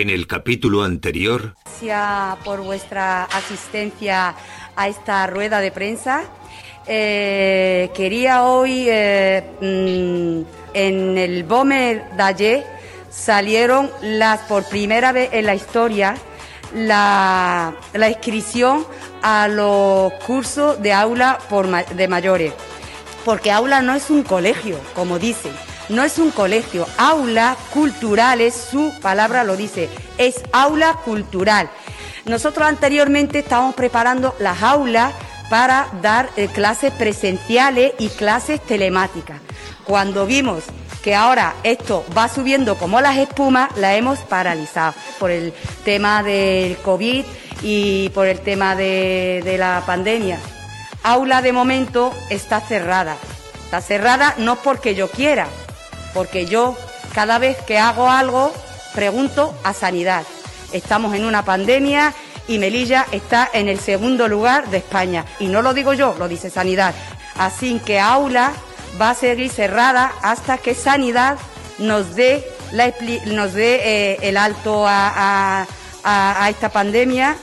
En el capítulo anterior... Gracias por vuestra asistencia a esta rueda de prensa. Quería hoy, en el BOME de ayer, salieron por primera vez en la historia la inscripción a los cursos de aula de mayores. Porque aula no es un colegio, como dicen. No es un colegio, aula cultural, es su palabra lo dice, es aula cultural. Nosotros anteriormente estábamos preparando las aulas para dar clases presenciales y clases telemáticas. Cuando vimos que ahora esto va subiendo como las espumas, la hemos paralizado por el tema del COVID y por el tema de la pandemia. Aula de momento está cerrada no porque yo quiera, porque yo cada vez que hago algo pregunto a Sanidad. Estamos en una pandemia y Melilla está en el segundo lugar de España. Y no lo digo yo, lo dice Sanidad. Así que aula va a seguir cerrada hasta que Sanidad nos dé el alto a esta pandemia.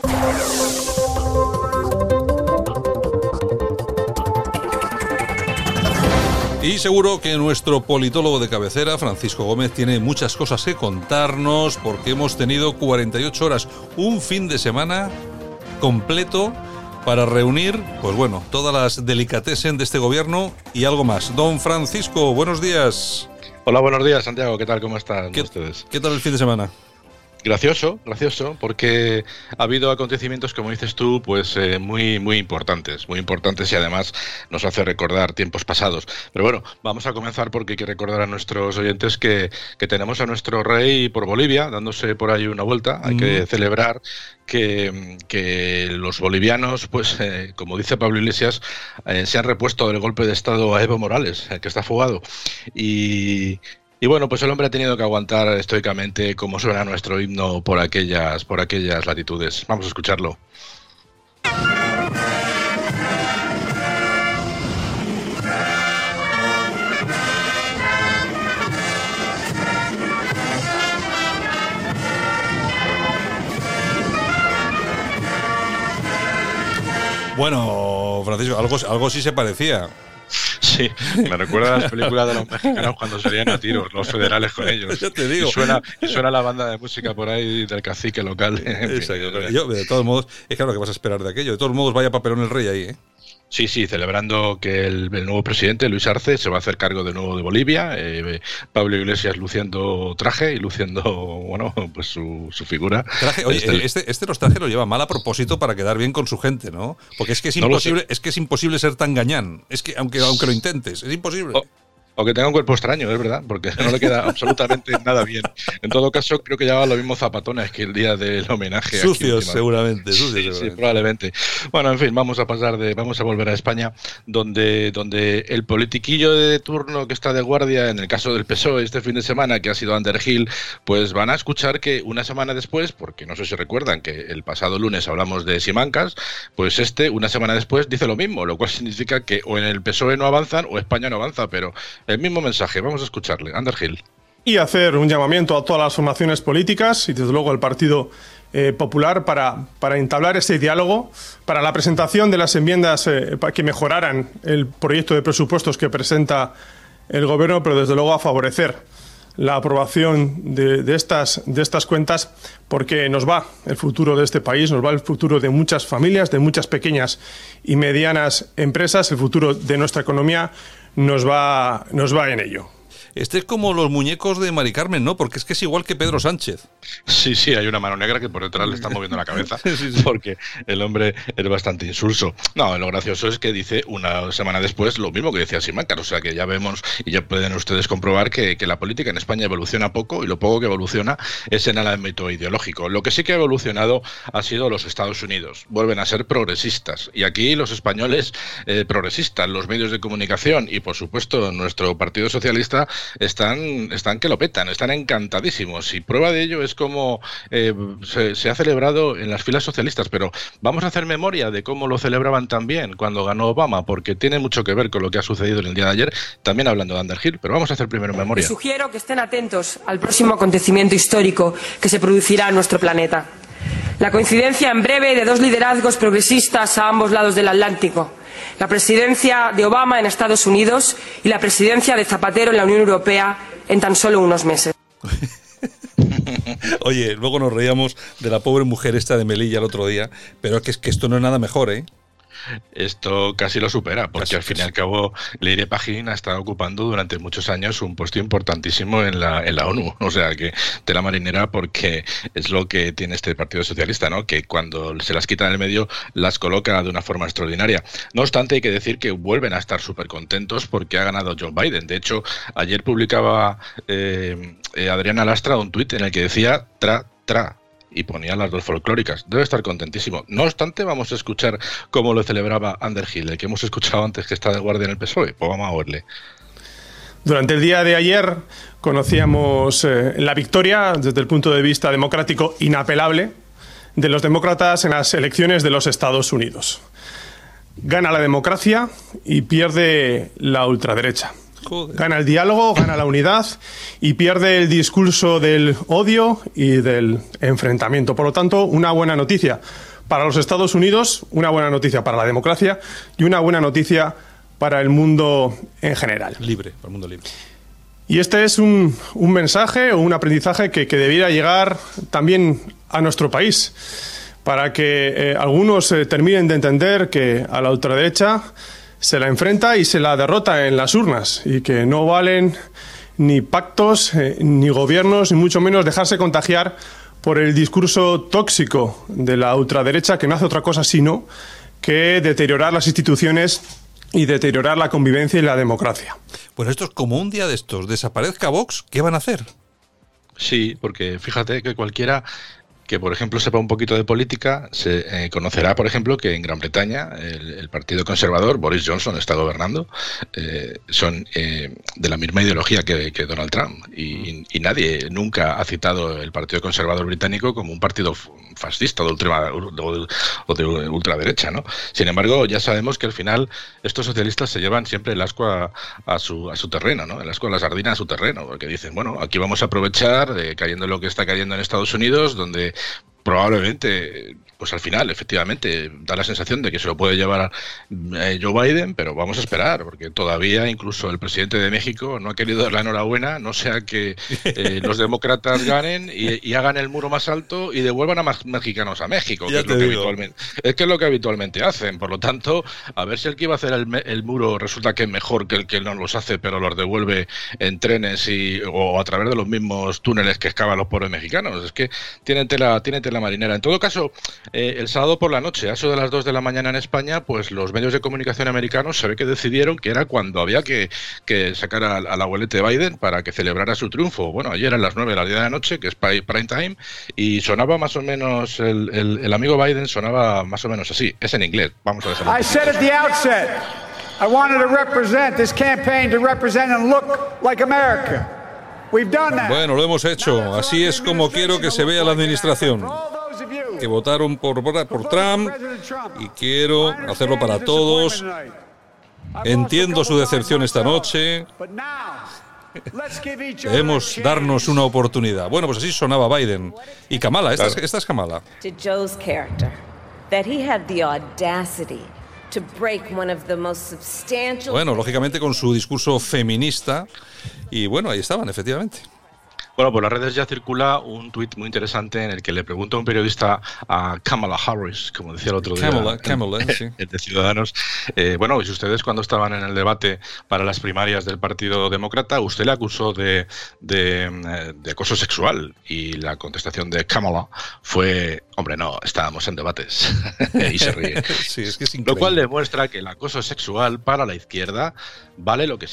Y seguro que nuestro politólogo de cabecera, Francisco Gómez, tiene muchas cosas que contarnos porque hemos tenido 48 horas, un fin de semana completo para reunir, pues bueno, todas las delicatessen de este gobierno y algo más. Don Francisco, buenos días. Hola, buenos días, Santiago. ¿Qué tal? ¿Cómo están ustedes? ¿Qué tal el fin de semana? Gracioso, porque ha habido acontecimientos, como dices tú, pues muy importantes y además nos hace recordar tiempos pasados. Pero bueno, vamos a comenzar porque hay que recordar a nuestros oyentes que tenemos a nuestro rey por Bolivia, dándose por ahí una vuelta. Hay que celebrar que los bolivianos, pues como dice Pablo Iglesias, se han repuesto del golpe de estado a Evo Morales, que está fugado. Y bueno, pues el hombre ha tenido que aguantar estoicamente como suena nuestro himno por aquellas latitudes. Vamos a escucharlo. Bueno, Francisco, algo sí se parecía. Sí, me recuerda a las películas de los mexicanos cuando salían a tiros, los federales con ellos. Ya te digo. Y suena la banda de música por ahí del cacique local. Exacto. Yo, de todos modos, es claro que vas a esperar de aquello. De todos modos, vaya papelón el rey ahí, ¿eh? Sí, celebrando que el nuevo presidente, Luis Arce, se va a hacer cargo de nuevo de Bolivia. Pablo Iglesias luciendo traje y luciendo, bueno, pues su figura. Traje, oye, este los trajes lo lleva mal a propósito para quedar bien con su gente, ¿no? Porque es que es imposible ser tan gañán. Es que aunque lo intentes, es imposible. O que tenga un cuerpo extraño, es verdad, porque no le queda absolutamente nada bien. En todo caso, creo que llevaba los mismos zapatones que el día del homenaje. Sucios, seguramente. Sí, probablemente. Bueno, en fin, vamos a volver a España, donde el politiquillo de turno que está de guardia, en el caso del PSOE este fin de semana, que ha sido Ander Gil, pues van a escuchar que una semana después, porque no sé si recuerdan que el pasado lunes hablamos de Simancas, pues una semana después dice lo mismo, lo cual significa que o en el PSOE no avanzan o España no avanza, pero el mismo mensaje, vamos a escucharle. Ander Gil. Y hacer un llamamiento a todas las formaciones políticas y desde luego al Partido Popular para entablar ese diálogo, para la presentación de las enmiendas para que mejoraran el proyecto de presupuestos que presenta el Gobierno, pero desde luego a favorecer la aprobación de estas cuentas, porque nos va el futuro de este país, nos va el futuro de muchas familias, de muchas pequeñas y medianas empresas, el futuro de nuestra economía nos va en ello. Este es como los muñecos de Mari Carmen, ¿no? Porque es que es igual que Pedro Sánchez. Sí, hay una mano negra que por detrás le está moviendo la cabeza, sí. Porque el hombre es bastante insulso. No, lo gracioso es que dice una semana después lo mismo que decía Simancas, o sea que ya vemos y ya pueden ustedes comprobar que la política en España evoluciona poco, y lo poco que evoluciona es en el ámbito ideológico. Lo que sí que ha evolucionado ha sido los Estados Unidos. Vuelven a ser progresistas, y aquí los españoles progresistas, los medios de comunicación y por supuesto nuestro Partido Socialista están que lo petan, están encantadísimos. Y prueba de ello es como se ha celebrado en las filas socialistas. Pero vamos a hacer memoria de cómo lo celebraban también cuando ganó Obama, porque tiene mucho que ver con lo que ha sucedido en el día de ayer, también hablando de Underhill, pero vamos a hacer primero memoria. Les sugiero que estén atentos al próximo acontecimiento histórico que se producirá en nuestro planeta. La coincidencia en breve de dos liderazgos progresistas a ambos lados del Atlántico. La presidencia de Obama en Estados Unidos y la presidencia de Zapatero en la Unión Europea en tan solo unos meses. Oye, luego nos reíamos de la pobre mujer esta de Melilla el otro día, pero es que esto no es nada mejor, ¿eh? Esto casi lo supera, porque al fin y al cabo Leire Pagín ha estado ocupando durante muchos años un puesto importantísimo en la ONU, o sea que tela marinera, porque es lo que tiene este Partido Socialista, ¿no? Que cuando se las quita del medio las coloca de una forma extraordinaria. No obstante, hay que decir que vuelven a estar súper contentos porque ha ganado Joe Biden. De hecho, ayer publicaba Adriana Lastra un tuit en el que decía tra, y ponía las dos folclóricas. Debe estar contentísimo. No obstante, vamos a escuchar cómo lo celebraba Underhill, el que hemos escuchado antes, que está de guardia en el PSOE. Pues vamos a oírle. Durante el día de ayer conocíamos la victoria, desde el punto de vista democrático, inapelable de los demócratas en las elecciones de los Estados Unidos. Gana la democracia y pierde la ultraderecha. Joder. Gana el diálogo, gana la unidad y pierde el discurso del odio y del enfrentamiento. Por lo tanto, una buena noticia para los Estados Unidos, una buena noticia para la democracia y una buena noticia para el mundo en general. Libre, para el mundo libre. Y este es un mensaje o un aprendizaje que debiera llegar también a nuestro país, para que algunos terminen de entender que a la ultraderecha se la enfrenta y se la derrota en las urnas y que no valen ni pactos, ni gobiernos, ni mucho menos dejarse contagiar por el discurso tóxico de la ultraderecha, que no hace otra cosa sino que deteriorar las instituciones y deteriorar la convivencia y la democracia. Pues esto es como un día de estos. Desaparezca Vox, ¿qué van a hacer? Sí, porque fíjate que cualquiera que, por ejemplo, sepa un poquito de política, se conocerá, por ejemplo, que en Gran Bretaña el Partido Conservador, Boris Johnson, está gobernando, son de la misma ideología que Donald Trump. Y nadie nunca ha citado el Partido Conservador británico como un partido fascista o de ultraderecha, ¿no? Sin embargo, ya sabemos que al final estos socialistas se llevan siempre el asco a su terreno, ¿no? El asco a la sardina a su terreno, porque dicen, bueno, aquí vamos a aprovechar cayendo lo que está cayendo en Estados Unidos, donde probablemente, pues al final, efectivamente, da la sensación de que se lo puede llevar Joe Biden, pero vamos a esperar, porque todavía incluso el presidente de México no ha querido dar la enhorabuena, no sea que los demócratas ganen y hagan el muro más alto y devuelvan a más mexicanos a México, que es lo que habitualmente hacen. Por lo tanto, a ver si el que iba a hacer el muro resulta que es mejor que el que no los hace, pero los devuelve en trenes o a través de los mismos túneles que excavan los pobres mexicanos. Es que tienen tela marinera. En todo caso, el sábado por la noche, a eso de las 2 de la mañana en España, pues los medios de comunicación americanos se ve que decidieron que era cuando había que sacar al abuelete Biden para que celebrara su triunfo. Bueno, ayer eran las 9 de la 10 de la noche, que es prime time, y sonaba más o menos, el amigo Biden sonaba más o menos así. Es en inglés, vamos a dejarlo. I said at the outset, I wanted to represent this campaign to represent and look like America. Bueno, lo hemos hecho. Así es como quiero que se vea la administración. Que votaron por Trump y quiero hacerlo para todos. Entiendo su decepción esta noche. Debemos darnos una oportunidad. Bueno, pues así sonaba Biden. Y Kamala, esta es Kamala. Bueno, lógicamente con su discurso feminista. Y bueno, ahí estaban, efectivamente. Bueno, por las redes ya circula un tuit muy interesante en el que le pregunta a un periodista a Kamala Harris, como decía el otro día, Kamala, sí. de Ciudadanos. Bueno, y si ustedes cuando estaban en el debate para las primarias del Partido Demócrata, usted le acusó de acoso sexual, y la contestación de Kamala fue, hombre, no, estábamos en debates. Y se ríe. Sí, es que es lo cual demuestra que el acoso sexual para la izquierda vale lo que sirve.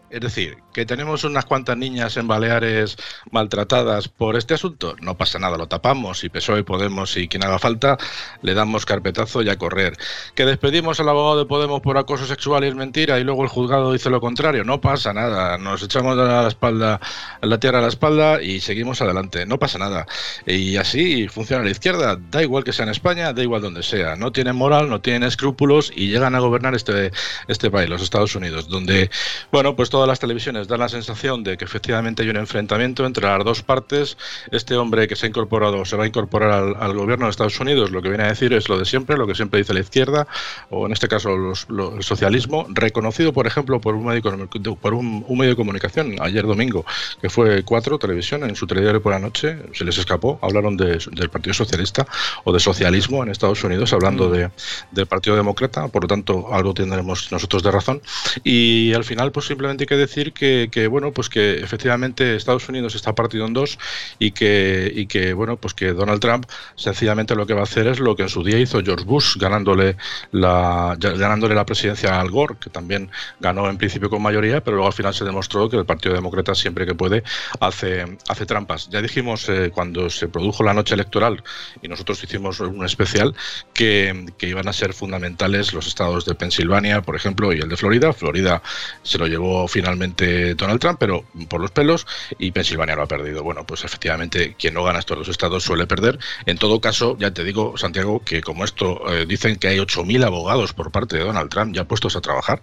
Es decir, que tenemos unas cuantas niñas en Baleares maltratadas por este asunto, no pasa nada, lo tapamos, y PSOE, Podemos y quien haga falta, le damos carpetazo y a correr. Que despedimos al abogado de Podemos por acoso sexual y es mentira, y luego el juzgado dice lo contrario, no pasa nada, nos echamos la tierra a la espalda y seguimos adelante, no pasa nada. Y así funciona la izquierda, da igual que sea en España, da igual donde sea, no tienen moral, no tienen escrúpulos y llegan a gobernar este país, los Estados Unidos, donde, bueno, pues todas las televisiones dan la sensación de que efectivamente hay un enfrentamiento entre las dos partes. Este hombre que se va a incorporar al gobierno de Estados Unidos, lo que viene a decir es lo de siempre, lo que siempre dice la izquierda, o en este caso el socialismo, reconocido, por ejemplo, por un medio de comunicación ayer domingo, que fue 4 Televisión, en su telediario por la noche, se les escapó, hablaron del Partido Socialista o de socialismo en Estados Unidos, hablando del Partido Demócrata, por lo tanto algo tendremos nosotros de razón, y al final pues simplemente hay que decir que bueno, pues que efectivamente Estados Unidos está partido en dos y que bueno, pues que Donald Trump sencillamente lo que va a hacer es lo que en su día hizo George Bush, ganándole la presidencia a Al Gore, que también ganó en principio con mayoría, pero luego al final se demostró que el Partido Demócrata siempre que puede hace trampas. Ya dijimos cuando se produjo la noche electoral y nosotros hicimos un especial que iban a ser fundamentales los estados de Pensilvania, por ejemplo, y el de Florida. Florida se lo llevó finalmente Donald Trump, pero por los pelos, y Pensilvania lo ha perdido. Bueno, pues efectivamente quien no gana estos dos estados suele perder. En todo caso, ya te digo, Santiago, que como esto dicen que hay 8.000 abogados por parte de Donald Trump ya puestos a trabajar,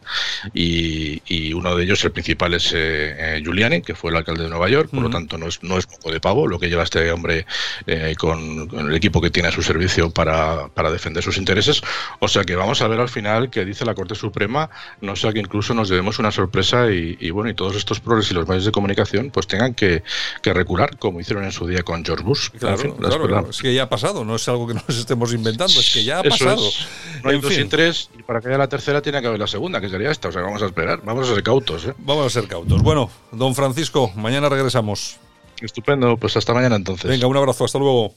y uno de ellos, el principal, es Giuliani, que fue el alcalde de Nueva York, por lo tanto no es poco de pavo lo que lleva este hombre con el equipo que tiene a su servicio para defender sus intereses. O sea que vamos a ver al final qué dice la Corte Suprema, no sea que incluso nos debemos una sorpresa y bueno, y todos estos progres y los medios de comunicación pues tengan que recular, como hicieron en su día con George Bush. Claro, en fin, claro, es que ya ha pasado, no es algo que nos estemos inventando, es que ya ha pasado. No hay dos sin tres, y para que haya la tercera tiene que haber la segunda, que sería esta. O sea, vamos a esperar, vamos a ser cautos. Vamos a ser cautos. Bueno, don Francisco, mañana regresamos. Estupendo, pues hasta mañana entonces. Venga, un abrazo, hasta luego.